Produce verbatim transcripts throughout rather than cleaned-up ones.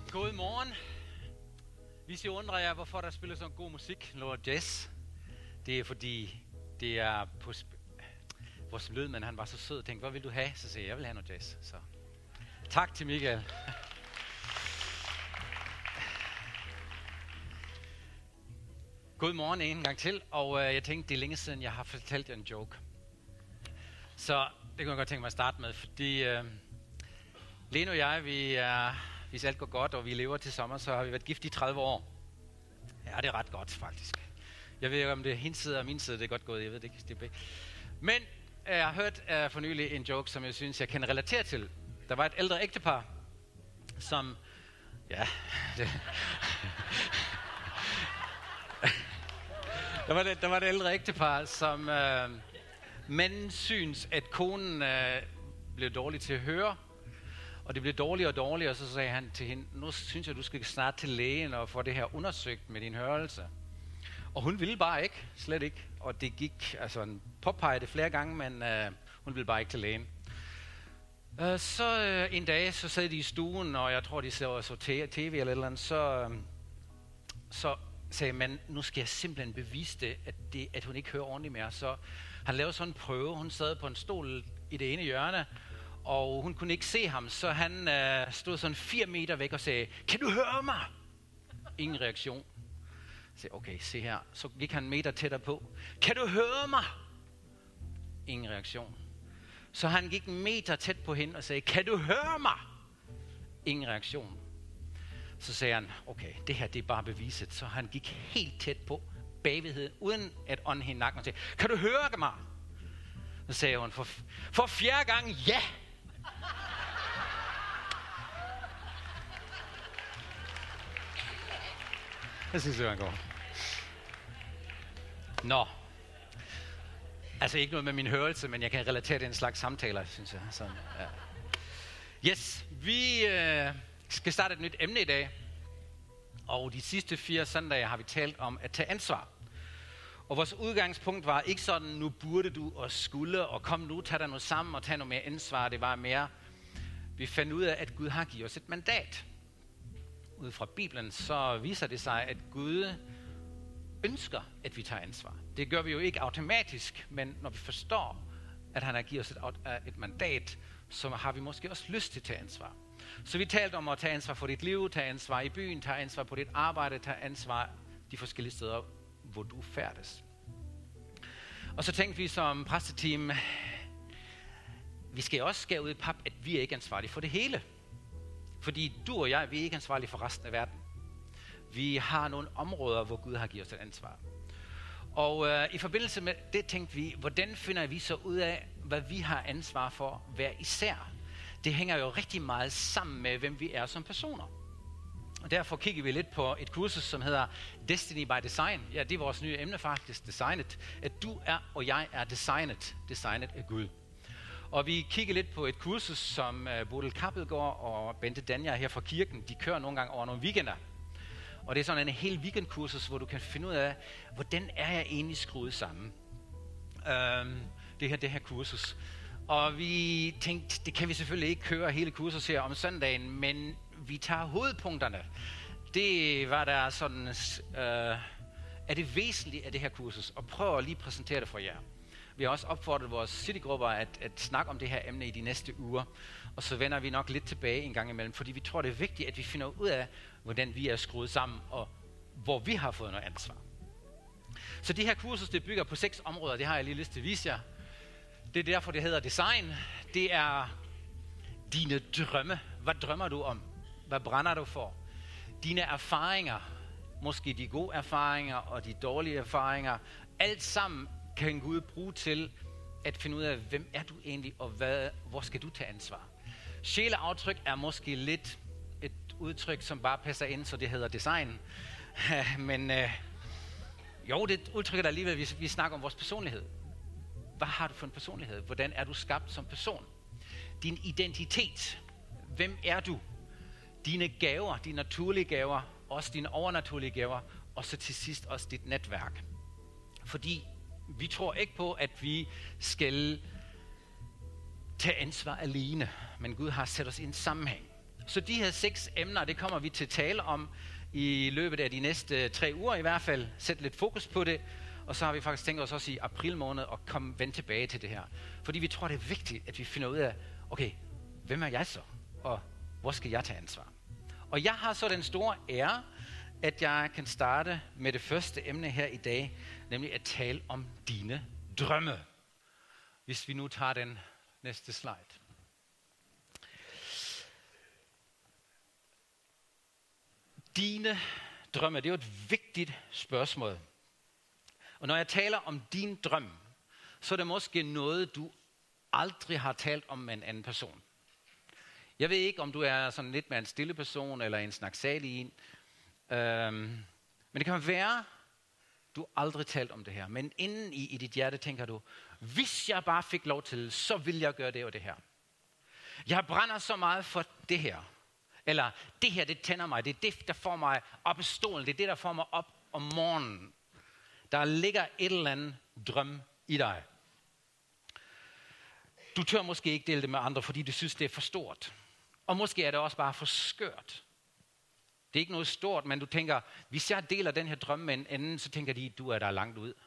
God morgen. Hvis I undrer jer, hvorfor der spiller sådan god musik, noget jazz, det er fordi, det er på sp- vores lydmand, han var så sød og tænkte, hvad vil du have? Så sagde jeg, jeg vil have noget jazz. Så tak til Michael. God morgen en gang til, og øh, jeg tænkte, det er længe siden, jeg har fortalt jer en joke. Så det kunne jeg godt tænke mig at starte med, fordi øh, Lene og jeg, vi er, hvis alt går godt, og vi lever til sommer, så har vi været gift i tredive år. Ja, det er ret godt, faktisk. Jeg ved ikke, om det er hendes side og min side, det er godt gået, jeg ved det ikke. Det er begge. Men øh, jeg har hørt øh, for nylig en joke, som jeg synes, jeg kan relatere til. Der var et ældre ægtepar, som... Ja... Det Der var, det, der var et ældre ægtepar, som øh, manden synes, at konen øh, blev dårlig til at høre, og det blev dårligere og dårligere, og så sagde han til hende, nu synes jeg, du skal snart til lægen og få det her undersøgt med din hørelse. Og hun ville bare ikke, slet ikke, og det gik, altså han påpegede det flere gange, men øh, hun ville bare ikke til lægen. Øh, så øh, en dag, så sad de i stuen, og jeg tror, de så, så tv eller et eller andet, så... Øh, så sagde man, nu skal jeg simpelthen bevise det, at, det, at hun ikke hører ordentligt mere. Så han lavede sådan en prøve. Hun sad på en stol i det ene hjørne, og hun kunne ikke se ham. Så han øh, stod sådan fire meter væk og sagde, kan du høre mig? Ingen reaktion. Så sagde, okay, se her. Så gik han en meter tættere på. Kan du høre mig? Ingen reaktion. Så han gik en meter tæt på hende og sagde, kan du høre mig? Ingen reaktion. Så sagde han, okay, det her det er bare beviset. Så han gik helt tæt på bagved, uden at ånde hende nakken og sagde, kan du høre mig? Så sagde hun, for, for fjerde gang, ja! Jeg synes, det var en god. Nå. Altså ikke noget med min hørelse, men jeg kan relatere til en slags samtaler, synes jeg. Sådan, ja. Yes, vi... Øh skal starte et nyt emne i dag, og de sidste fire søndage har vi talt om at tage ansvar. Og vores udgangspunkt var ikke sådan, nu burde du og skulle, og kom nu, tag dig noget sammen og tag noget mere ansvar. Det var mere, vi fandt ud af, at Gud har givet os et mandat. Ud fra Bibelen, så viser det sig, at Gud ønsker, at vi tager ansvar. Det gør vi jo ikke automatisk, men når vi forstår, at han har givet os et, et mandat, så har vi måske også lyst til at tage ansvar. Så vi talte om at tage ansvar for dit liv, tage ansvar i byen, tage ansvar på dit arbejde, tage ansvar de forskellige steder, hvor du færdes. Og så tænkte vi som præsteteam, vi skal også skære ud i pap, at vi er ikke ansvarlige for det hele. Fordi du og jeg, vi er ikke ansvarlige for resten af verden. Vi har nogle områder, hvor Gud har givet os et ansvar. Og øh, i forbindelse med det tænkte vi, hvordan finder vi så ud af, hvad vi har ansvar for hver især? Det hænger jo rigtig meget sammen med, hvem vi er som personer. Og derfor kigger vi lidt på et kursus, som hedder Destiny by Design. Ja, det er vores nye emne faktisk, Designet. At du er, og jeg er designet. Designet af Gud. Og vi kigger lidt på et kursus, som uh, Bodil Kappelgaard og Bente Danja her fra kirken, de kører nogle gange over nogle weekender. Og det er sådan en hel weekendkursus, hvor du kan finde ud af, hvordan er jeg egentlig skruet sammen. Um, det her, det her kursus. Og vi tænkte, det kan vi selvfølgelig ikke køre hele kurset her om søndagen, men vi tager hovedpunkterne. Det var der sådan, øh, er det væsentligt af det her kursus, og prøv at lige præsentere det for jer. Vi har også opfordret vores citygrupper at, at snakke om det her emne i de næste uger, og så vender vi nok lidt tilbage en gang imellem, fordi vi tror, det er vigtigt, at vi finder ud af, hvordan vi er skruet sammen, og hvor vi har fået noget ansvar. Så det her kursus, det bygger på seks områder, det har jeg lige lyst til at vise jer. Det er derfor, det hedder design. Det er dine drømme. Hvad drømmer du om? Hvad brænder du for? Dine erfaringer, måske de gode erfaringer og de dårlige erfaringer, alt sammen kan Gud bruge til at finde ud af, hvem er du egentlig, og hvad, hvor skal du tage ansvar? Sjæleaftryk er måske lidt et udtryk, som bare passer ind, så det hedder design. Men øh, jo, det udtrykker der alligevel, vi, vi snakker om vores personlighed. Hvad har du for en personlighed? Hvordan er du skabt som person? Din identitet. Hvem er du? Dine gaver, dine naturlige gaver, også dine overnaturlige gaver, og så til sidst også dit netværk. Fordi vi tror ikke på, at vi skal tage ansvar alene, men Gud har sat os i en sammenhæng. Så de her seks emner, det kommer vi til at tale om i løbet af de næste tre uger i hvert fald. Sæt lidt fokus på det. Og så har vi faktisk tænkt os også i april måned at komme vende tilbage til det her. Fordi vi tror, det er vigtigt, at vi finder ud af, okay, hvem er jeg så? Og hvor skal jeg tage ansvar? Og jeg har så den store ære, at jeg kan starte med det første emne her i dag, nemlig at tale om dine drømme. Hvis vi nu tager den næste slide. Dine drømme, det er jo et vigtigt spørgsmål. Og når jeg taler om din drøm, så er det måske noget, du aldrig har talt om med en anden person. Jeg ved ikke, om du er sådan lidt mere en stille person, eller en snaksalig en. Øhm, men det kan være, du aldrig talt om det her. Men inden i, i dit hjerte tænker du, hvis jeg bare fik lov til, så vil jeg gøre det og det her. Jeg brænder så meget for det her. Eller det her, det tænder mig. Det er det, der får mig op i stolen. Det er det, der får mig op om morgenen. Der ligger et eller andet drøm i dig. Du tør måske ikke dele det med andre, fordi du synes, det er for stort. Og måske er det også bare for skørt. Det er ikke noget stort, men du tænker, hvis jeg deler den her drøm med en anden, så tænker de, du er der langt ud.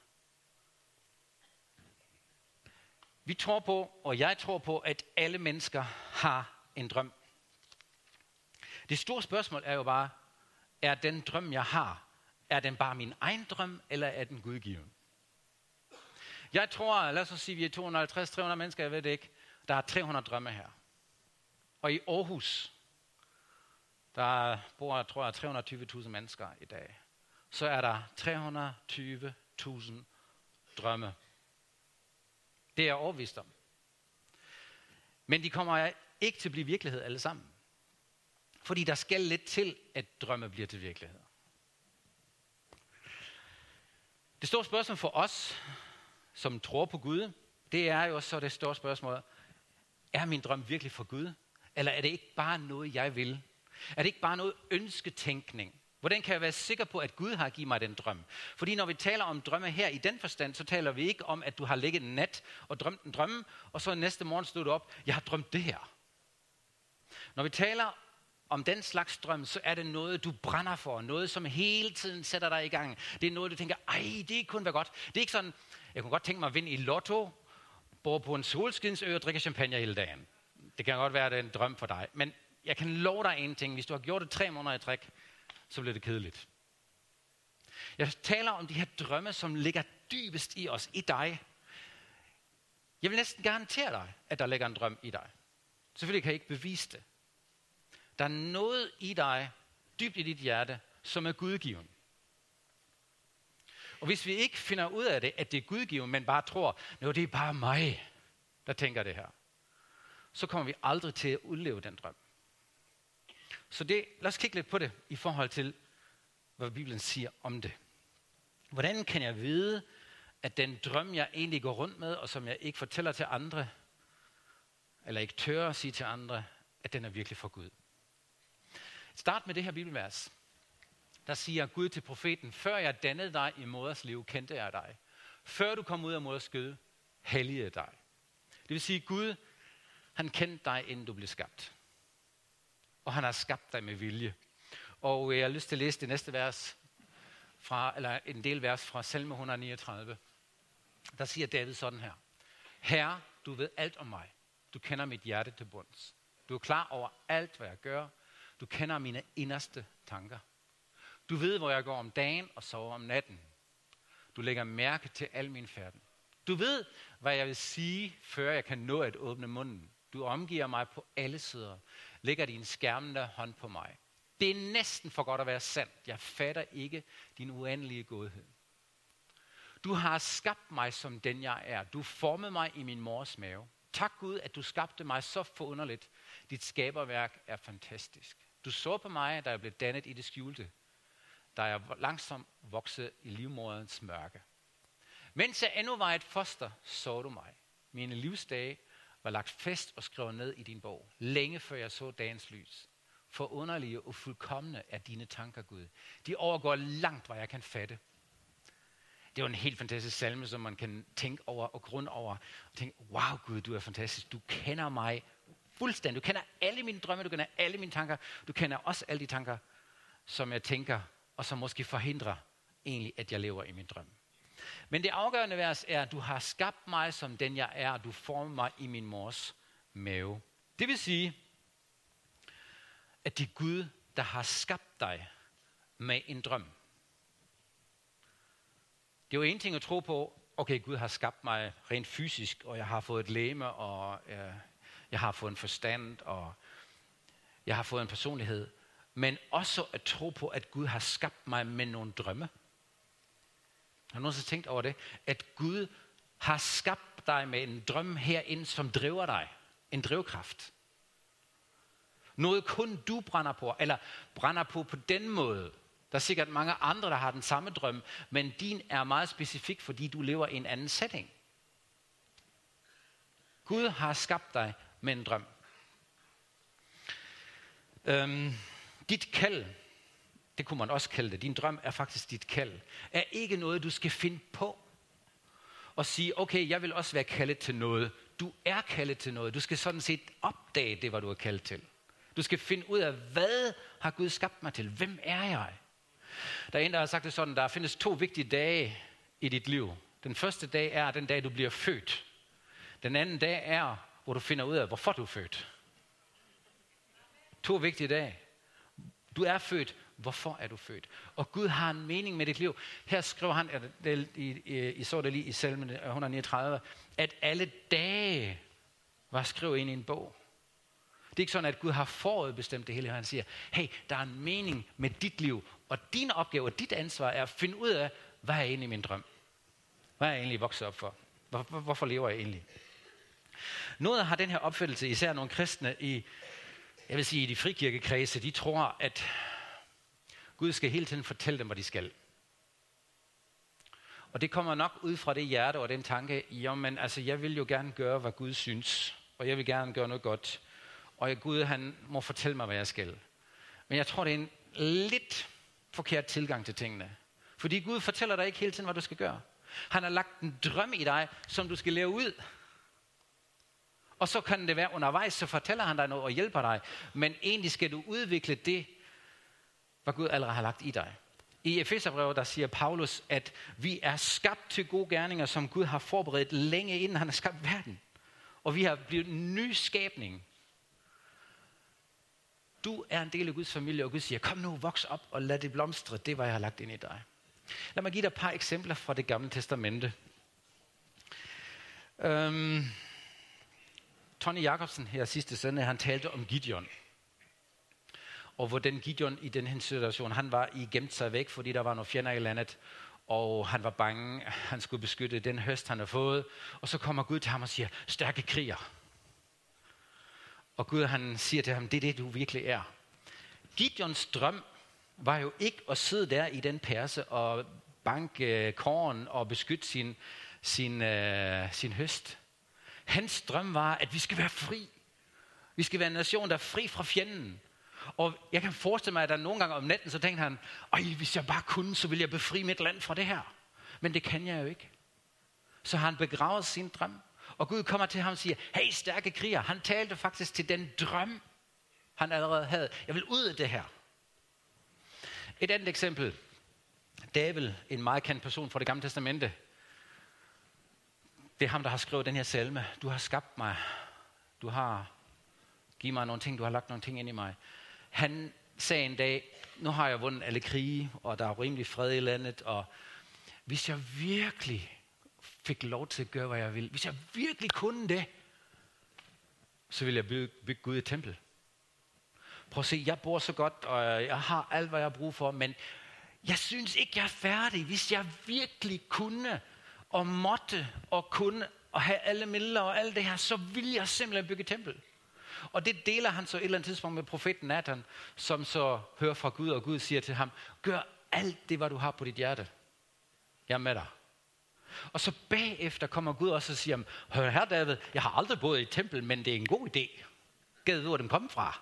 Vi tror på, og jeg tror på, at alle mennesker har en drøm. Det store spørgsmål er jo bare, er den drøm, jeg har, er den bare min egen drøm, eller er den gudgiven? Jeg tror, lad os sige, vi er to hundrede og halvtreds til tre hundrede mennesker, jeg ved det ikke. Der er tre hundrede drømme her. Og i Aarhus, der bor, tror jeg, tre hundrede og tyve tusind mennesker i dag. Så er der tre hundrede og tyve tusind drømme. Det er jeg overbevist om. Men de kommer ikke til at blive virkelighed alle sammen. Fordi der skal lidt til, at drømme bliver til virkelighed. Det store spørgsmål for os, som tror på Gud, det er jo så det store spørgsmål, er min drøm virkelig for Gud? Eller er det ikke bare noget, jeg vil? Er det ikke bare noget ønsketænkning? Hvordan kan jeg være sikker på, at Gud har givet mig den drøm? Fordi når vi taler om drømme her i den forstand, så taler vi ikke om, at du har ligget en nat og drømt en drømme, og så næste morgen stod du op, jeg har drømt det her. Når vi taler om den slags drøm, så er det noget, du brænder for. Noget, som hele tiden sætter dig i gang. Det er noget, du tænker, ej, det kunne være godt. Det er ikke sådan, jeg kunne godt tænke mig at vinde i lotto, bo på en solskinsø og drikke champagne hele dagen. Det kan godt være, at det er en drøm for dig. Men jeg kan love dig en ting. Hvis du har gjort det tre måneder i træk, så bliver det kedeligt. Jeg taler om de her drømme, som ligger dybest i os, i dig. Jeg vil næsten garantere dig, at der ligger en drøm i dig. Selvfølgelig kan jeg ikke bevise det. Der er noget i dig, dybt i dit hjerte, som er gudgiven. Og hvis vi ikke finder ud af det, at det er gudgiven, men bare tror, at det er bare mig, der tænker det her, så kommer vi aldrig til at udleve den drøm. Så det, lad os kigge lidt på det i forhold til, hvad Bibelen siger om det. Hvordan kan jeg vide, at den drøm, jeg egentlig går rundt med, og som jeg ikke fortæller til andre, eller ikke tør at sige til andre, at den er virkelig for Gud? Start med det her bibelvers. Der siger Gud til profeten, før jeg dannede dig i moders liv, kendte jeg dig. Før du kom ud af moders skød, helligede dig. Det vil sige, Gud, han kendte dig, inden du blev skabt. Og han har skabt dig med vilje. Og jeg har lyst til at læse det næste vers, fra, eller en del vers fra Salme et hundrede og niogtredive. Der siger David sådan her. Herre, du ved alt om mig. Du kender mit hjerte til bunds. Du er klar over alt, hvad jeg gør. Du kender mine inderste tanker. Du ved, hvor jeg går om dagen og sover om natten. Du lægger mærke til al min færden. Du ved, hvad jeg vil sige, før jeg kan nå at åbne munden. Du omgiver mig på alle sider. Lægger din skærmende hånd på mig. Det er næsten for godt at være sandt. Jeg fatter ikke din uendelige godhed. Du har skabt mig som den jeg er. Du formede mig i min mors mave. Tak Gud, at du skabte mig så forunderligt. Dit skaberværk er fantastisk. Du så på mig, da jeg blev dannet i det skjulte. Da jeg langsomt voksede i livmoderens mørke. Mens jeg endnu var et foster, så du mig. Mine livsdage var lagt fast og skrevet ned i din bog. Længe før jeg så dagens lys. Forunderlige og fuldkomne er dine tanker, Gud. De overgår langt, hvad jeg kan fatte. Det er jo en helt fantastisk salme, som man kan tænke over og grund over. Og tænke, wow Gud, du er fantastisk. Du kender mig fuldstændig. Du kender alle mine drømme, du kender alle mine tanker. Du kender også alle de tanker, som jeg tænker, og som måske forhindrer egentlig, at jeg lever i min drøm. Men det afgørende vers er, at du har skabt mig som den jeg er, og du former mig i min mors mave. Det vil sige, at det er Gud, der har skabt dig med en drøm. Det er jo en ting at tro på, okay, Gud har skabt mig rent fysisk, og jeg har fået et legeme, og jeg, jeg har fået en forstand, og jeg har fået en personlighed. Men også at tro på, at Gud har skabt mig med nogle drømme. Har du nogensinde tænkt over det? At Gud har skabt dig med en drøm herinde, som driver dig. En drivkraft. Noget kun du brænder på, eller brænder på på den måde. Der er sikkert mange andre, der har den samme drøm, men din er meget specifik, fordi du lever i en anden setting. Gud har skabt dig med en drøm. Øhm, dit kald, det kunne man også kalde det, din drøm er faktisk dit kald, er ikke noget, du skal finde på og sige, okay, jeg vil også være kaldet til noget. Du er kaldet til noget. Du skal sådan set opdage det, hvad du er kaldet til. Du skal finde ud af, hvad har Gud skabt mig til? Hvem er jeg? Der er en, der har sagt det sådan, der findes to vigtige dage i dit liv. Den første dag er den dag, du bliver født. Den anden dag er, hvor du finder ud af, hvorfor du er født. To vigtige dage. Du er født. Hvorfor er du født? Og Gud har en mening med dit liv. Her skriver han, I, I, I så det lige i salmen et hundrede niogtredive, at alle dage var skrevet ind i en bog. Det er ikke sådan, at Gud har forudbestemt det hele. Han siger, hey, der er en mening med dit liv, og din opgave og dit ansvar er at finde ud af, hvad er egentlig min drøm? Hvad er jeg egentlig vokset op for? Hvor, hvor, hvorfor lever jeg egentlig? Noget har den her opfattelse, især nogle kristne i, jeg vil sige, i de frikirkekredse, de tror, at Gud skal hele tiden fortælle dem, hvad de skal. Og det kommer nok ud fra det hjerte og den tanke, jamen altså, jeg vil jo gerne gøre, hvad Gud synes, og jeg vil gerne gøre noget godt. Og Gud, han må fortælle mig, hvad jeg skal. Men jeg tror, det er en lidt forkert tilgang til tingene. Fordi Gud fortæller dig ikke hele tiden, hvad du skal gøre. Han har lagt en drøm i dig, som du skal leve ud. Og så kan det være undervejs, så fortæller han dig noget og hjælper dig. Men egentlig skal du udvikle det, hvad Gud allerede har lagt i dig. I Efeserbrevet, der siger Paulus, at vi er skabt til gode gerninger, som Gud har forberedt længe inden han har skabt verden. Og vi har blevet en ny skabning. Du er en del af Guds familie, og Gud siger, kom nu, voks op og lad det blomstre, det var jeg har lagt ind i dig. Lad mig give dig et par eksempler fra det gamle testamente. Øhm, Tony Jacobsen her sidste søndag, han talte om Gideon. Og hvordan Gideon i den her situation, han var i gemt sig væk, fordi der var nogle fjender i landet, og han var bange, han skulle beskytte den høst, han har fået. Og så kommer Gud til ham og siger, stærke kriger. Og Gud, han siger til ham, det er det, du virkelig er. Gideons drøm var jo ikke at sidde der i den perse og banke korn og beskytte sin, sin, øh, sin høst. Hans drøm var, at vi skal være fri. Vi skal være en nation, der er fri fra fjenden. Og jeg kan forestille mig, at der nogle gange om natten, så tænkte han, ej, hvis jeg bare kunne, så ville jeg befri mit land fra det her. Men det kan jeg jo ikke. Så har han begravet sin drøm. Og Gud kommer til ham og siger, hey, stærke kriger. Han talte faktisk til den drøm, han allerede havde. Jeg vil ud af det her. Et andet eksempel. David, en meget kendt person fra det gamle testamente. Det er ham, der har skrevet den her salme. Du har skabt mig. Du har givet mig nogle ting. Du har lagt nogle ting ind i mig. Han sagde en dag, nu har jeg vundet alle krige, og der er rimelig fred i landet. Og hvis jeg virkelig fik lov til at gøre, hvad jeg vil. Hvis jeg virkelig kunne det, så vil jeg bygge, bygge Gud et tempel. Prøv at se, jeg bor så godt, og jeg har alt, hvad jeg har brug for, men jeg synes ikke, jeg er færdig. Hvis jeg virkelig kunne, og måtte, og kunne, og have alle midler og alt det her, så vil jeg simpelthen bygge et tempel. Og det deler han så et eller andet tidspunkt med profeten Nathan, som så hører fra Gud, og Gud siger til ham, gør alt det, hvad du har på dit hjerte. Jeg er med dig. Og så bagefter kommer Gud også og siger, hør her David, jeg har aldrig boet i et tempel, men det er en god idé. Gad du, hvor den kom fra?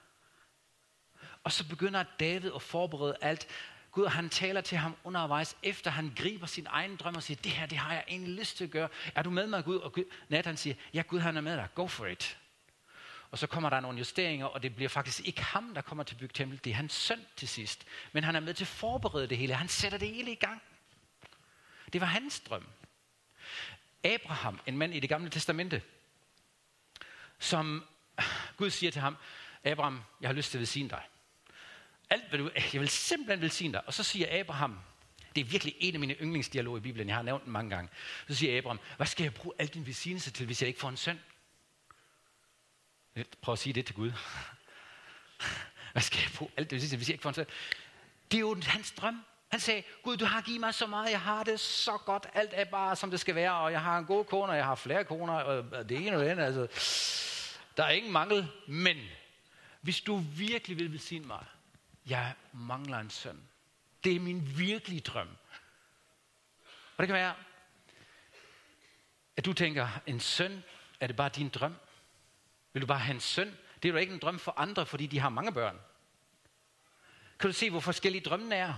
Og så begynder David at forberede alt. Gud, han taler til ham undervejs, efter han griber sin egen drøm og siger, det her, det har jeg egentlig lyst til at gøre. Er du med mig, Gud? Og Gud, Nathan siger, ja, Gud, han er med dig. Go for it. Og så kommer der nogle justeringer, og det bliver faktisk ikke ham, der kommer til at bygge templet. Det er hans søn til sidst. Men han er med til at forberede det hele. Han sætter det hele i gang. Det var hans drøm. Abraham, en mand i det gamle testamente, som Gud siger til ham, Abraham, jeg har lyst til at velsigne dig. Alt, hvad du, jeg vil simpelthen velsigne dig. Og så siger Abraham, det er virkelig en af mine yndlingsdialoger i Bibelen, jeg har nævnt den mange gange. Så siger Abraham, hvad skal jeg bruge al din velsignelse til, hvis jeg ikke får en søn? Prøv at sige det til Gud. Hvad skal jeg bruge al din velsignelse til, hvis jeg ikke får en søn? Det er jo hans drøm. Han sagde, Gud, du har givet mig så meget, jeg har det så godt, alt er bare, som det skal være, og jeg har en god kone, og jeg har flere koner, og det ene og det andet, altså, der er ingen mangel, men hvis du virkelig vil velsigne mig, jeg mangler en søn. Det er min virkelige drøm. Og det kan være, at du tænker, en søn, er det bare din drøm? Vil du bare have en søn? Det er jo ikke en drøm for andre, fordi de har mange børn. Kan du se, hvor forskellige drømmene er?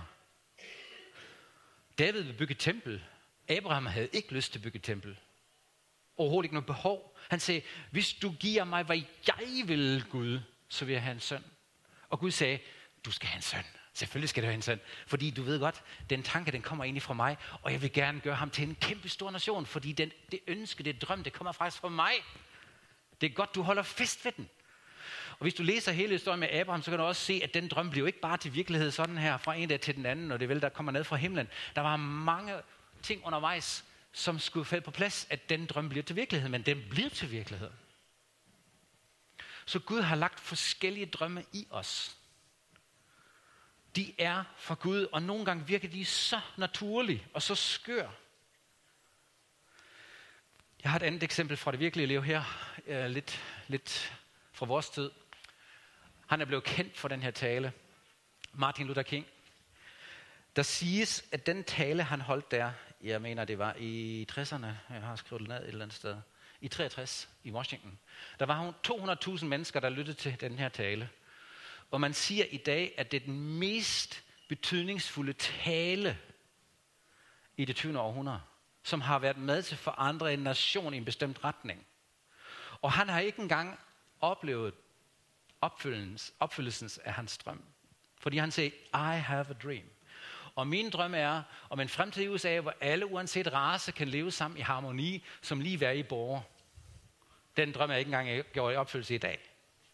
David vil bygge et tempel. Abraham havde ikke lyst til at bygge et tempel. Overhovedet ikke noget behov. Han sagde, hvis du giver mig, hvad jeg vil, Gud, så vil jeg have en søn. Og Gud sagde, du skal have en søn. Selvfølgelig skal du have en søn. Fordi du ved godt, den tanke, den kommer egentlig fra mig, og jeg vil gerne gøre ham til en kæmpe stor nation, fordi den, det ønske, det drøm, det kommer faktisk fra mig. Det er godt, du holder fast ved den. Og hvis du læser hele historien med Abraham, så kan du også se, at den drøm blev ikke bare til virkelighed sådan her, fra en dag til den anden, og det er vel, der kommer ned fra himlen. Der var mange ting undervejs, som skulle falde på plads, at den drøm bliver til virkelighed, men den bliver til virkelighed. Så Gud har lagt forskellige drømme i os. De er fra Gud, og nogle gange virker de så naturlige og så skør. Jeg har et andet eksempel fra det virkelige liv her, lidt, lidt fra vores tid. Han er blevet kendt for den her tale, Martin Luther King. Der siges, at den tale, han holdt der, jeg mener, det var i tresserne, jeg har skrevet det ned et eller andet sted, i treogtres i Washington. Der var to hundrede tusind mennesker, der lyttede til den her tale. Og man siger i dag, at det er den mest betydningsfulde tale i det tyvende århundrede, som har været med til at forandre en nation i en bestemt retning. Og han har ikke engang oplevet opfyldelsen, opfyldelsen af hans drøm. Fordi han siger, I have a dream. Og min drøm er om en fremtid i U S A, hvor alle uanset race kan leve sammen i harmoni, som ligeværdige borgere. Den drøm er ikke engang gjort i opfyldelse i dag.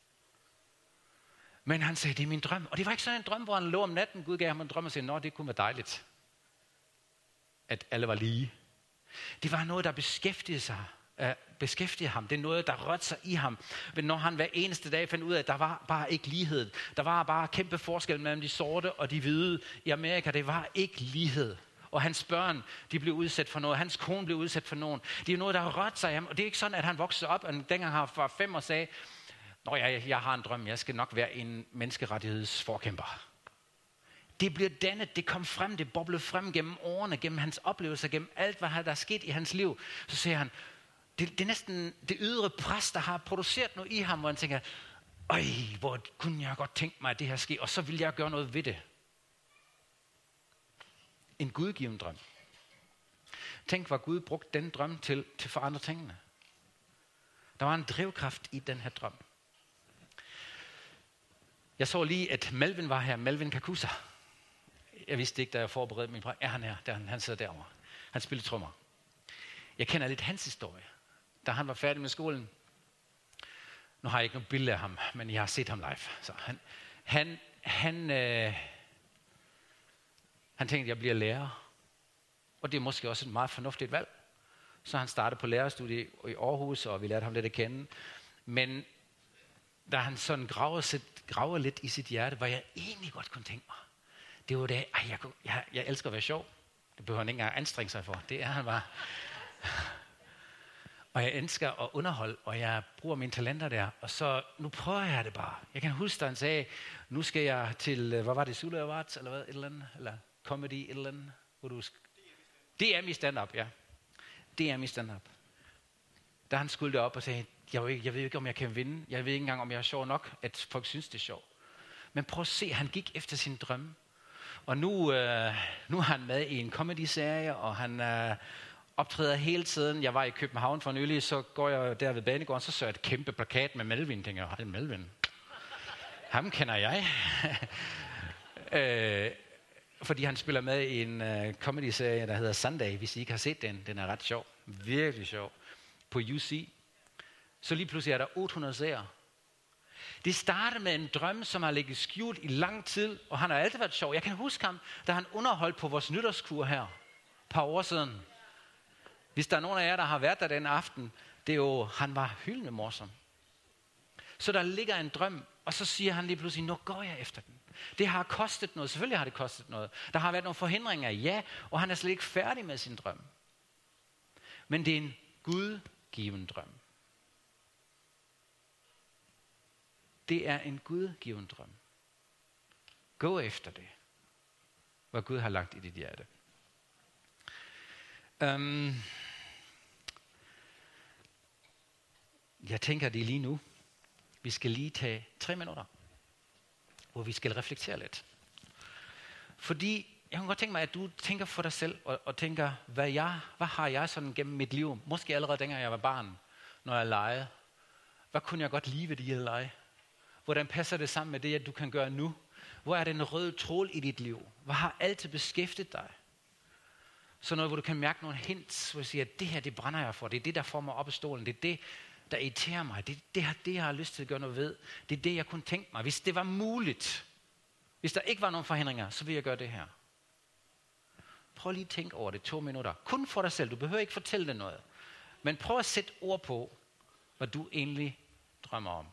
Men han sagde, det er min drøm. Og det var ikke sådan en drøm, hvor han lå om natten. Gud gav ham en drøm og sagde, nå, det kunne være dejligt. At alle var lige. Det var noget, der beskæftigede sig. Uh, beskæftigede ham. Det er noget, der rørte sig i ham. Men når han hver eneste dag fandt ud af, at der var bare ikke lighed. Der var bare kæmpe forskel mellem de sorte og de hvide i Amerika. Det var ikke lighed. Og hans børn, de blev udsat for noget. Hans kone blev udsat for noget. Det er noget, der rørte sig i ham. Og det er ikke sådan, at han voksede op, og dengang han var fem og sagde, nå, jeg, jeg har en drøm, jeg skal nok være en menneskerettighedsforkæmper. Det blev dannet, det kom frem, det boblede frem gennem årene, gennem hans oplevelser, gennem alt, hvad der er sket i hans liv. Så siger han, det, det er næsten det ydre pres, der har produceret noget i ham, hvor han tænker, øj, hvor kunne jeg godt tænke mig, at det her sker, og så vil jeg gøre noget ved det. En gudgiven drøm. Tænk, hvad Gud brugte den drøm til, til at forandre tingene. Der var en drivkraft i den her drøm. Jeg så lige, at Melvin var her, Melvin Kakusa. Jeg vidste ikke, da jeg forberedte min prædiken. Ja, han er der, han, han sidder derovre. Han spiller trommer. Jeg kender lidt hans historie. Da han var færdig med skolen, nu har jeg ikke noget billede af ham, men jeg har set ham live. Så han, han, han, øh, han tænkte, at jeg bliver lærer. Og det er måske også et meget fornuftigt valg. Så han startede på lærerstudiet i Aarhus, og vi lærte ham lidt at kende. Men da han sådan graver, sit, graver lidt i sit hjerte, hvor jeg egentlig godt kunne tænke mig, det var det, ej, jeg, jeg, jeg elsker at være sjov. Det behøver han ikke engang anstrenge sig for. Det er han bare. Og jeg elsker at underholde, og jeg bruger mine talenter der. Og så, nu prøver jeg det bare. Jeg kan huske, at han sagde, nu skal jeg til, hvad var det, Zulu Awards, eller hvad, et eller andet, eller comedy, et eller andet, hvor du skal... Det er min stand-up, ja. Det er min stand-up. Da han skulle det op og sagde, jeg ved, jeg ved ikke, om jeg kan vinde. Jeg ved ikke engang, om jeg er sjov nok, at folk synes, det er sjovt. Men prøv at se, han gik efter sin drømme. Og nu, øh, nu er han med i en comedy-serie, og han, øh, optræder hele tiden. Jeg var i København for nylig, så går jeg der ved banegården, så så jeg et kæmpe plakat med Melvin. Tænker jeg, hej Melvin. Ham kender jeg. øh, fordi han spiller med i en uh, comedy-serie, der hedder Sunday. Hvis I ikke har set den, den er ret sjov. Virkelig sjov. På U C. Så lige pludselig er der otte hundrede seere. Det startede med en drøm, som har ligget skjult i lang tid, og han har altid været sjov. Jeg kan huske ham, da han underholdt på vores nytårskur her, et par år siden. Hvis der er nogen af jer, der har været der den aften, det er jo, han var hyldende morsom. Så der ligger en drøm, og så siger han lige pludselig, nu går jeg efter den. Det har kostet noget, selvfølgelig har det kostet noget. Der har været nogle forhindringer, ja, og han er slet ikke færdig med sin drøm. Men det er en gudgiven drøm. Det er en gudgiven drøm. Gå efter det, hvad Gud har lagt i dit hjerte. Um, jeg tænker det lige nu. Vi skal lige tage tre minutter, hvor vi skal reflektere lidt. Fordi jeg kan godt tænke mig, at du tænker for dig selv, og, og tænker, hvad, jeg, hvad har jeg sådan gennem mit liv, måske allerede dengang jeg var barn, når jeg legede. Hvad kunne jeg godt lide ved de her lege? Hvordan passer det sammen med det, at du kan gøre nu? Hvor er den røde tråd i dit liv? Hvad har altid beskæftiget dig? Så noget, hvor du kan mærke nogle hints, hvor du siger, at det her, det brænder jeg for. Det er det, der får mig op af stolen. Det er det, der irriterer mig. Det er det, det, jeg har lyst til at gøre noget ved. Det er det, jeg kunne tænke mig. Hvis det var muligt, hvis der ikke var nogen forhindringer, så vil jeg gøre det her. Prøv lige at tænke over det to minutter. Kun for dig selv. Du behøver ikke fortælle det noget. Men prøv at sætte ord på, hvad du egentlig drømmer om.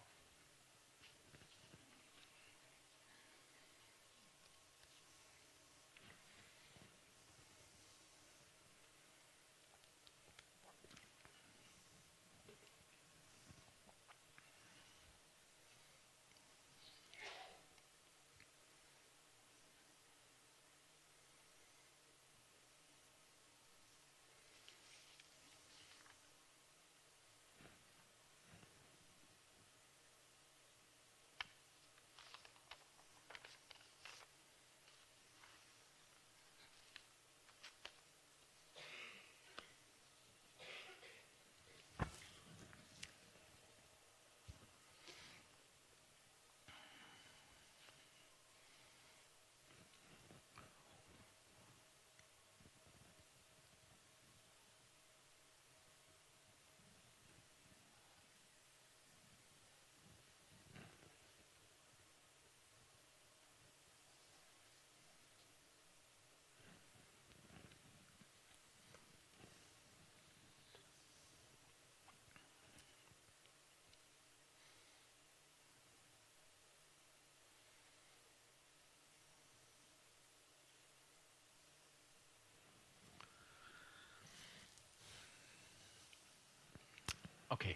Okay.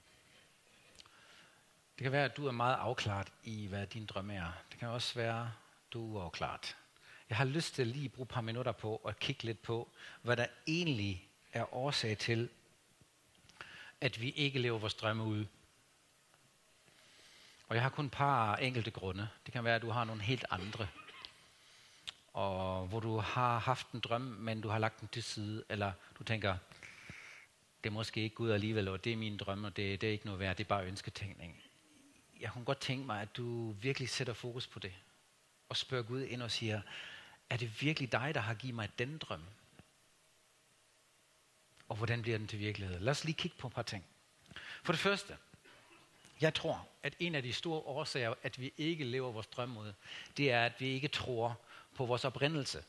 Det kan være, at du er meget afklaret i, hvad din drøm er. Det kan også være, at du er afklaret. Jeg har lyst til lige at bruge et par minutter på at kigge lidt på, hvad der egentlig er årsag til, at vi ikke lever vores drømme ud. Og jeg har kun et par enkelte grunde. Det kan være, at du har nogle helt andre. Og hvor du har haft en drøm, men du har lagt den til side, eller du tænker, det er måske ikke Gud alligevel, og det er min drøm, og det, det er ikke noget værd, det er bare ønsketænkning. Jeg kunne godt tænke mig, at du virkelig sætter fokus på det, og spørger Gud ind og siger, er det virkelig dig, der har givet mig den drøm? Og hvordan bliver den til virkelighed? Lad os lige kigge på et par ting. For det første, jeg tror, at en af de store årsager, at vi ikke lever vores drøm ud, det er, at vi ikke tror på vores oprindelse.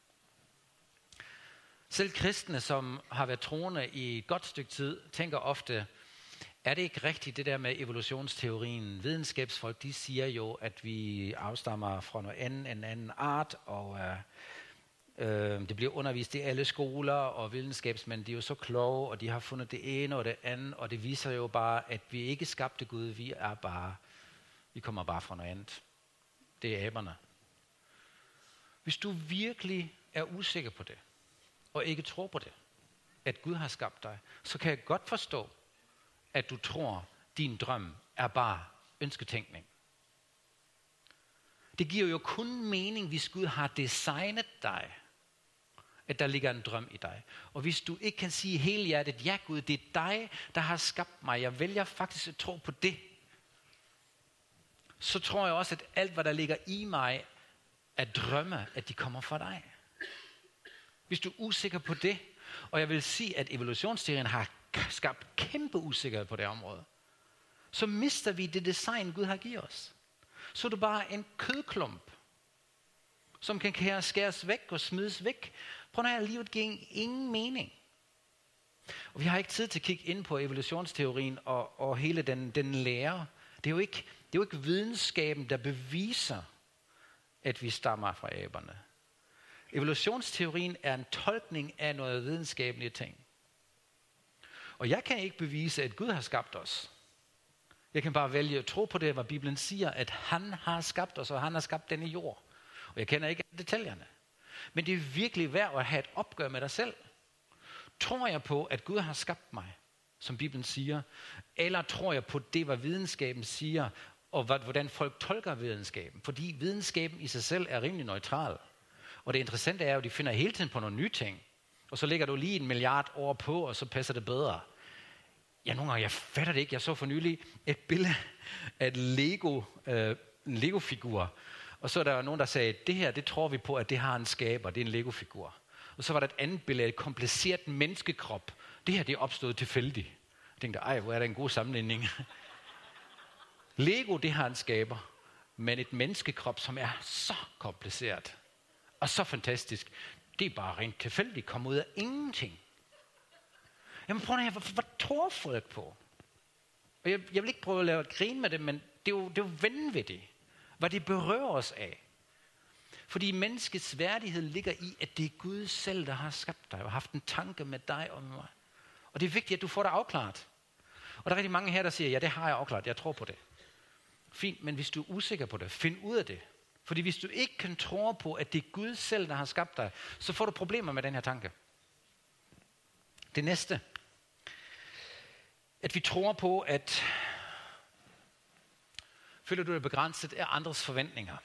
Selv kristne, som har været troende i et godt stykke tid, tænker ofte, er det ikke rigtigt det der med evolutionsteorien? Videnskabsfolk, de siger jo, at vi afstammer fra noget andet, en anden art, og øh, øh, det bliver undervist i alle skoler, og videnskabsmænd, de er jo så kloge, og de har fundet det ene og det andet, og det viser jo bare, at vi ikke skabte Gud, vi er bare, vi kommer bare fra noget andet. Det er aberne. Hvis du virkelig er usikker på det, og ikke tror på det, at Gud har skabt dig, så kan jeg godt forstå, at du tror, din drøm er bare ønsketænkning. Det giver jo kun mening, hvis Gud har designet dig, at der ligger en drøm i dig. Og hvis du ikke kan sige helhjertet, ja Gud, det er dig, der har skabt mig, jeg vælger faktisk at tro på det, så tror jeg også, at alt, hvad der ligger i mig, er drømme, at de kommer fra dig. Hvis du er usikker på det, og jeg vil sige, at evolutionsteorien har skabt kæmpe usikkerhed på det område, så mister vi det design, Gud har givet os. Så er du bare en kødklump, som kan skæres væk og smides væk. Prøv at livet giver ingen mening. Og vi har ikke tid til at kigge ind på evolutionsteorien og, og hele den, den lære. Det er, jo ikke, det er jo ikke videnskaben, der beviser, at vi stammer fra aberne. Evolutionsteorien er en tolkning af noget videnskabelige ting. Og jeg kan ikke bevise, at Gud har skabt os. Jeg kan bare vælge at tro på det, hvad Bibelen siger, at han har skabt os, og han har skabt denne jord. Og jeg kender ikke detaljerne. Men det er virkelig værd at have et opgør med dig selv. Tror jeg på, at Gud har skabt mig, som Bibelen siger? Eller tror jeg på det, hvad videnskaben siger, og hvordan folk tolker videnskaben? Fordi videnskaben i sig selv er rimelig neutral. Og det interessante er jo, at de finder hele tiden på nogle nye ting. Og så lægger du lige en milliard år på, og så passer det bedre. Ja, nogle gange, jeg fatter det ikke. Jeg så for nylig et billede af et Lego, øh, en Lego-figur. Og så er der nogen, der sagde, det her, det tror vi på, at det har en skaber. Det er en Lego-figur. Og så var der et andet billede af et kompliceret menneskekrop. Det her, det er opstået tilfældigt. Jeg tænkte, ej, hvor er der en god sammenligning. Lego, det har en skaber. Men et menneskekrop, som er så kompliceret og så fantastisk, det er bare rent tilfældigt, kommer ud af ingenting. Jamen prøv at høre, hvad, hvad tror folk på? Og jeg, jeg vil ikke prøve at lave et grin med det, men det er jo, det er jo vanvittigt, hvad det berører os af. Fordi menneskets værdighed ligger i, at det er Gud selv, der har skabt dig og haft en tanke med dig og med mig. Og det er vigtigt, at du får det afklaret. Og der er rigtig mange her, der siger, ja, det har jeg afklaret, jeg tror på det. Fint, men hvis du er usikker på det, find ud af det. Fordi hvis du ikke kan tro på, at det er Gud selv, der har skabt dig, så får du problemer med den her tanke. Det næste. At vi tror på, at føler du dig begrænset af andres forventninger.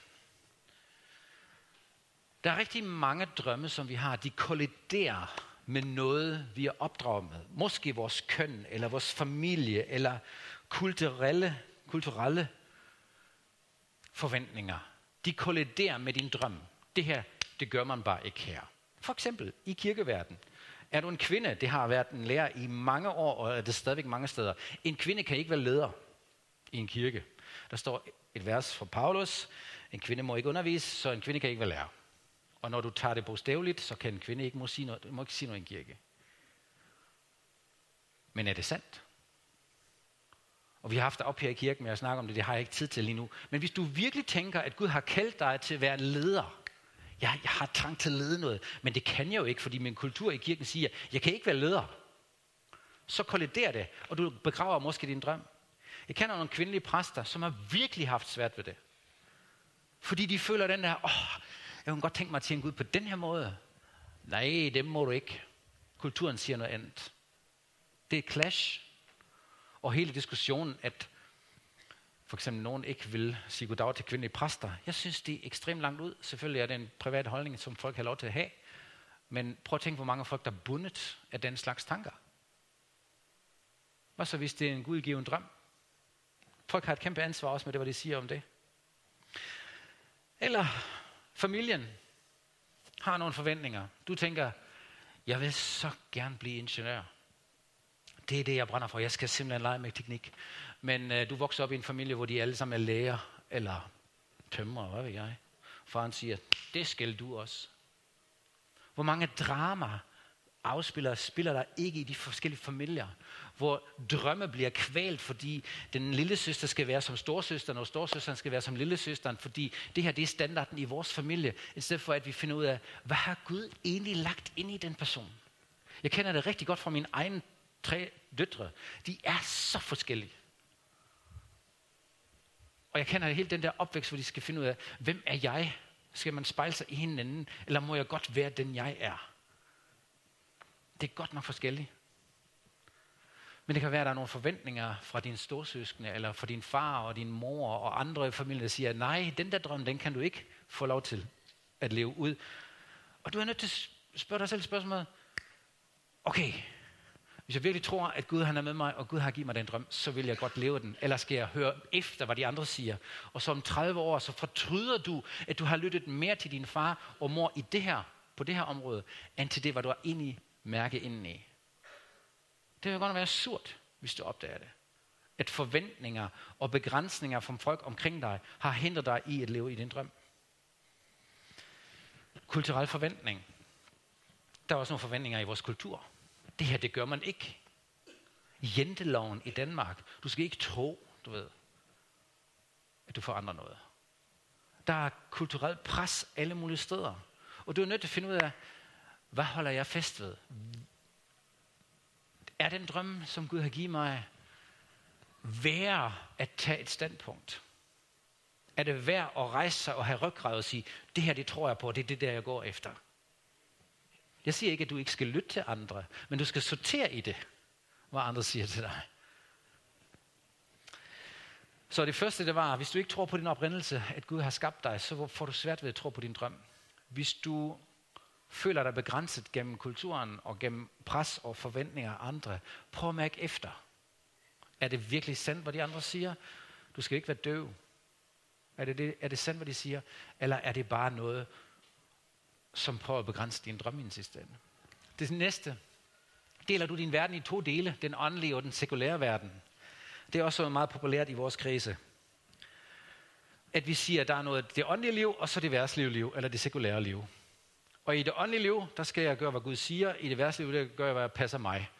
Der er rigtig mange drømme, som vi har, de kolliderer med noget, vi er opdraget med. Måske vores køn, eller vores familie, eller kulturelle, kulturelle forventninger. De kolliderer med din drøm. Det her, det gør man bare ikke her. For eksempel i kirkeverden. Er du en kvinde, det har været en lærer i mange år, og er det stadigvæk mange steder. En kvinde kan ikke være leder i en kirke. Der står et vers fra Paulus. En kvinde må ikke undervise, så en kvinde kan ikke være lærer. Og når du tager det bogstaveligt, så kan en kvinde ikke må sige noget, må ikke sige noget i en kirke. Men er det sandt? Og vi har haft det op her i kirken, men jeg snakker om det, det har jeg ikke tid til lige nu. Men hvis du virkelig tænker, at Gud har kaldt dig til at være leder. Jeg, jeg har trang til at lede noget, men det kan jeg jo ikke, fordi min kultur i kirken siger, jeg kan ikke være leder. Så kolliderer det, og du begraver måske din drøm. Jeg kender nogle kvindelige præster, som har virkelig haft svært ved det. Fordi de føler den der, åh, jeg kunne godt tænke mig at tjene Gud på den her måde. Nej, det må du ikke. Kulturen siger noget andet. Det er et clash. Og hele diskussionen, at for eksempel nogen ikke vil sige goddag til kvindelige præster. Jeg synes, det er ekstremt langt ud. Selvfølgelig er det en privat holdning, som folk har lov til at have. Men prøv at tænke, hvor mange folk, der er bundet af den slags tanker. Hvad så, hvis det er en gudgiven drøm? Folk har et kæmpe ansvar også med det, hvad de siger om det. Eller familien har nogle forventninger. Du tænker, jeg vil så gerne blive ingeniør. Det er det, jeg brænder for. Jeg skal simpelthen lege med teknik. Men øh, du vokser op i en familie, hvor de alle sammen er læger eller tømrer, hvad ved jeg. Faren siger, det skal du også. Hvor mange drama afspiller spiller der ikke i de forskellige familier, hvor drømme bliver kvalt, fordi den lille søster skal være som storsøsteren, og storsøsteren skal være som lillesøsteren, fordi det her det er standarden i vores familie, i stedet for at vi finder ud af, hvad har Gud egentlig lagt ind i den person? Jeg kender det rigtig godt fra mine egne tre døtre. De er så forskellige. Og jeg kender helt den der opvækst, hvor de skal finde ud af, hvem er jeg? Skal man spejle sig i hinanden, eller må jeg godt være den, jeg er? Det er godt nok forskelligt. Men det kan være, at der er nogle forventninger fra dine storsøskende, eller fra din far og din mor og andre i familien, der siger, nej, den der drøm, den kan du ikke få lov til at leve ud. Og du er nødt til at spørg dig selv spørgsmålet, okay, hvis jeg virkelig tror, at Gud han er med mig, og Gud har givet mig den drøm, så vil jeg godt leve den. Eller skal jeg høre efter, hvad de andre siger? Og så om tredive år, så fortryder du, at du har lyttet mere til din far og mor i det her, på det her område, end til det, hvad du har egentlig mærket indeni. Det vil godt være surt, hvis du opdager det. At forventninger og begrænsninger fra folk omkring dig har hindret dig i at leve i din drøm. Kulturel forventning. Der er også nogle forventninger i vores kultur. Det her, det gør man ikke. Janteloven i Danmark. Du skal ikke tro, du ved, at du forandrer noget. Der er kulturelt pres alle mulige steder. Og du er nødt til at finde ud af, hvad holder jeg fast ved? Er den drøm, som Gud har givet mig, værd at tage et standpunkt? Er det værd at rejse sig og have ryggrad og sige, det her, det tror jeg på, det er det der, jeg går efter? Jeg siger ikke, at du ikke skal lytte til andre, men du skal sortere i det, hvad andre siger til dig. Så det første, det var, hvis du ikke tror på din oprindelse, at Gud har skabt dig, så får du svært ved at tro på din drøm. Hvis du føler dig begrænset gennem kulturen og gennem pres og forventninger af andre, prøv at mærke efter. Er det virkelig sandt, hvad de andre siger? Du skal ikke være døv. Er det, det, er det sandt, hvad de siger? Eller er det bare noget, som prøver at begrænse din drøm i den sidste ende? Det næste. Deler du din verden i to dele, den åndelige og den sekulære verden? Det er også meget populært i vores kredse. At vi siger, at der er noget det åndelige liv, og så det verdslige liv, eller det sekulære liv. Og i det åndelige liv, der skal jeg gøre, hvad Gud siger. I det verdslige liv, der gør jeg, hvad der passer mig.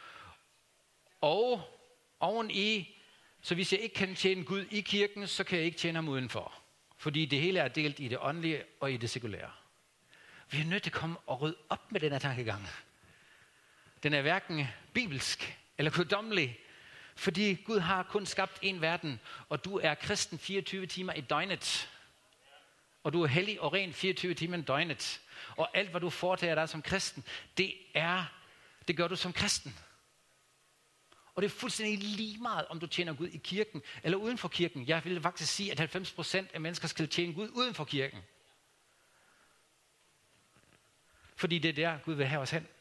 Og oveni, så hvis jeg ikke kan tjene Gud i kirken, så kan jeg ikke tjene ham udenfor. Fordi det hele er delt i det åndelige og i det sekulære. Vi er nødt til at komme og rydde op med den her tankegang. Den er hverken bibelsk eller guddommelig, fordi Gud har kun skabt en verden, og du er kristen fireogtyve timer i døgnet. Og du er hellig og ren fireogtyve timer i døgnet. Og alt, hvad du foretager dig som kristen, det er, det gør du som kristen. Og det er fuldstændig lige meget, om du tjener Gud i kirken eller uden for kirken. Jeg vil faktisk sige, at halvfems procent af mennesker skal tjene Gud uden for kirken. Fordi det er der, Gud vil have os hen.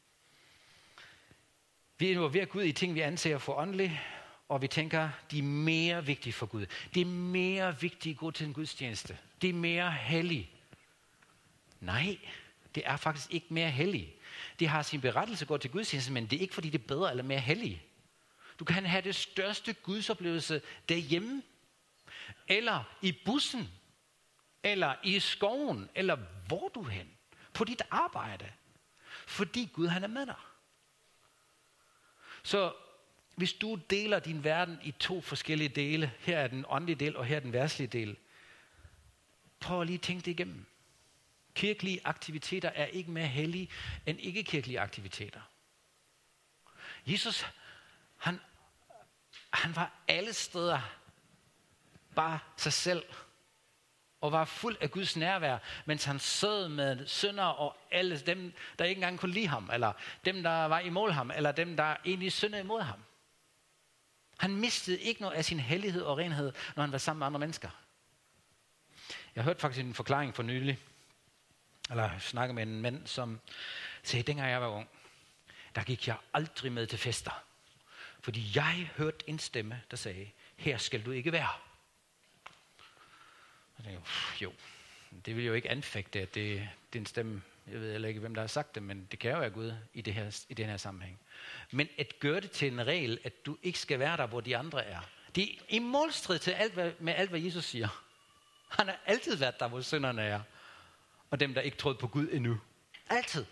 Vi involverer Gud i ting, vi anser for åndelige, og vi tænker, de er mere vigtige for Gud. Det er mere vigtigt at gå til en gudstjeneste. Det er mere hellig. Nej, det er faktisk ikke mere hellig. Det har sin berettelse at gå til gudstjeneste, men det er ikke, fordi det er bedre eller mere hellig. Du kan have det største gudsoplevelse derhjemme, eller i bussen, eller i skoven, eller hvor du er hen, på dit arbejde, fordi Gud han er med dig. Så hvis du deler din verden i to forskellige dele, her er den åndelige del, og her er den verdslige del, prøv at lige tænke det igennem. Kirkelige aktiviteter er ikke mere hellige end ikke-kirkelige aktiviteter. Jesus, han, han var alle steder bare sig selv, og var fuld af Guds nærvær, mens han sad med syndere og alle dem, der ikke engang kunne lide ham, eller dem, der var imod ham, eller dem, der egentlig syndede imod ham. Han mistede ikke noget af sin hellighed og renhed, når han var sammen med andre mennesker. Jeg hørte faktisk en forklaring for nylig, eller snakkede med en mand, som sagde, dengang jeg var ung, der gik jeg aldrig med til fester. Fordi jeg hørte en stemme, der sagde, her skal du ikke være. Og det, jo, det vil jo ikke anfægte, at det, det er en stemme, jeg ved heller ikke, hvem der har sagt det, men det kan jo være Gud i, det her, i den her sammenhæng. Men at gøre det til en regel, at du ikke skal være der, hvor de andre er, det er i målstrid til alt, hvad, med alt, hvad Jesus siger. Han har altid været der, hvor synderne er, og dem, der ikke troede på Gud endnu. Altid.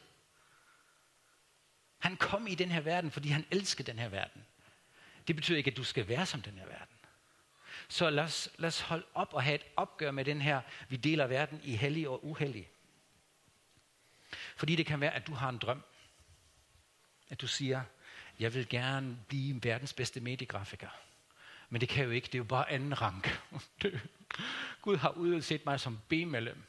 Han kom i den her verden, fordi han elsker den her verden. Det betyder ikke, at du skal være som den her verden. Så lad os, lad os holde op og have et opgør med den her, vi deler verden i hellig og uhellig. Fordi det kan være, at du har en drøm. At du siger, jeg vil gerne blive verdens bedste mediegrafiker. Men det kan jo ikke, det er jo bare anden rank. Gud har udset mig som B-medlem.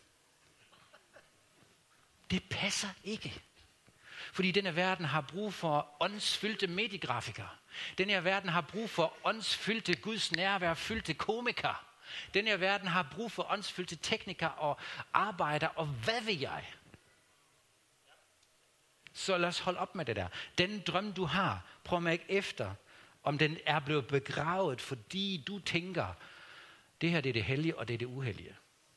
Det passer ikke. Fordi denne verden har brug for åndsfyldte mediegrafikere. Denne verden har brug for åndsfyldte Guds nærvær, fyldte komikere. Denne verden har brug for åndsfyldte teknikere og arbejdere, og hvad ved jeg? Så lad os holde op med det der. Den drøm, du har, prøv at mærke efter, om den er blevet begravet, fordi du tænker, det her det er det hellige, og det er det uhellige.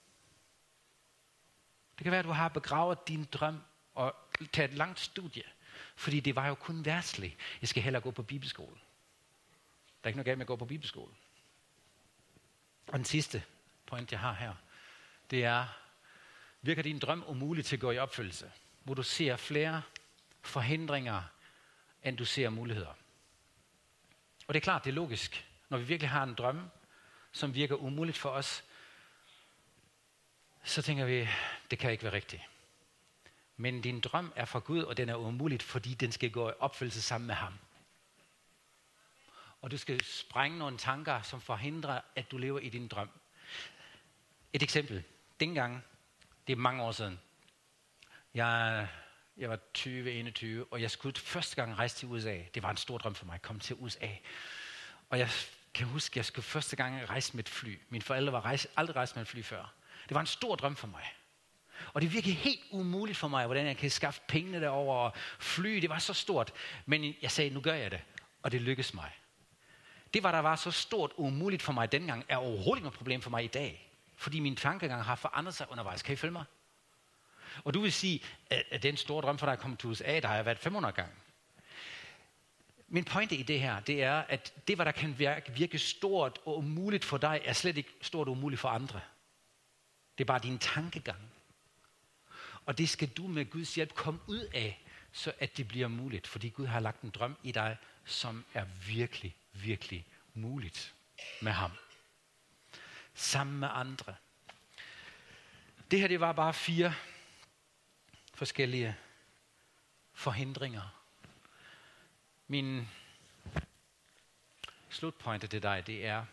Det kan være, at du har begravet din drøm og taget et langt studie, fordi det var jo kun verdsligt. Jeg skal hellere gå på bibelskole. Der er ikke noget galt med at gå på bibelskole. Og den sidste point, jeg har her, det er, virker din drøm umuligt til at gå i opfyldelse, hvor du ser flere forhindringer, end du ser muligheder. Og det er klart, det er logisk. Når vi virkelig har en drøm, som virker umuligt for os, så tænker vi, det kan ikke være rigtigt. Men din drøm er fra Gud, og den er umuligt, fordi den skal gå i opfyldelse sammen med ham. Og du skal sprænge nogle tanker, som forhindrer, at du lever i din drøm. Et eksempel. Dengang, det er mange år siden, jeg, jeg var tyve enogtyve, og jeg skulle første gang rejse til U S A. Det var en stor drøm for mig at komme til U S A. Og jeg kan huske, at jeg skulle første gang rejse med et fly. Mine forældre var rejse, aldrig rejst med et fly før. Det var en stor drøm for mig. Og det virkede helt umuligt for mig, hvordan jeg kan skaffe pengene derover og fly. Det var så stort. Men jeg sagde, nu gør jeg det. Og det lykkedes mig. Det, var der var så stort umuligt for mig dengang, er overhovedet ikke noget problem for mig i dag. Fordi min tankegang har forandret sig undervejs. Kan I følge mig? Og du vil sige, at det er en stor drøm for dig at komme til U S A. Der har jeg været fem hundrede gange. Min pointe i det her, det er, at det, hvad der kan virke, virke stort og umuligt for dig, er slet ikke stort og umuligt for andre. Det er bare din tankegang. Og det skal du med Guds hjælp komme ud af, så at det bliver muligt. Fordi Gud har lagt en drøm i dig, som er virkelig, virkelig muligt med ham. Sammen med andre. Det her, det var bare fire forskellige forhindringer. Min slutpointe til dig, det er,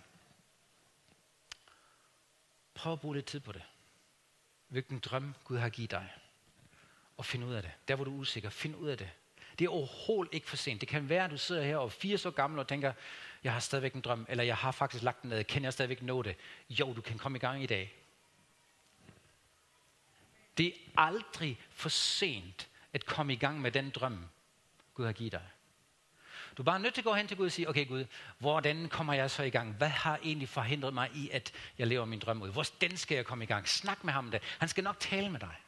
prøv at bruge lidt tid på det. Hvilken drøm Gud har givet dig. Og find ud af det. Der hvor du er usikker, find ud af det. Det er overhovedet ikke for sent. Det kan være, at du sidder her og er firs år gammel og tænker, jeg har stadigvæk en drøm, eller jeg har faktisk lagt den ned. Kan jeg stadigvæk nå det? Jo, du kan komme i gang i dag. Det er aldrig for sent at komme i gang med den drøm, Gud har givet dig. Du er bare nødt til at gå hen til Gud og sige, okay Gud, hvordan kommer jeg så i gang? Hvad har egentlig forhindret mig i, at jeg lever min drøm ud? Hvordan skal jeg komme i gang? Snak med ham det. Han skal nok tale med dig.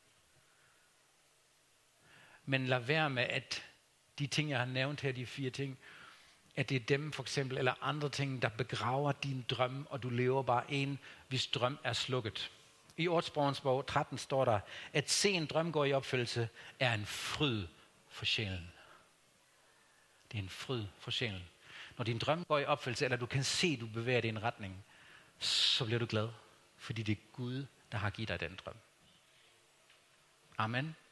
Men lad være med, at de ting, jeg har nævnt her, de fire ting, at det er dem for eksempel, eller andre ting, der begraver din drøm, og du lever bare en, hvis drøm er slukket. I Ordsprogens bog tretten står der, at se en drøm gå i opfyldelse, er en fryd for sjælen. Det er en fryd for sjælen. Når din drøm går i opfyldelse, eller du kan se, du bevæger dig i en retning, så bliver du glad, fordi det er Gud, der har givet dig den drøm. Amen.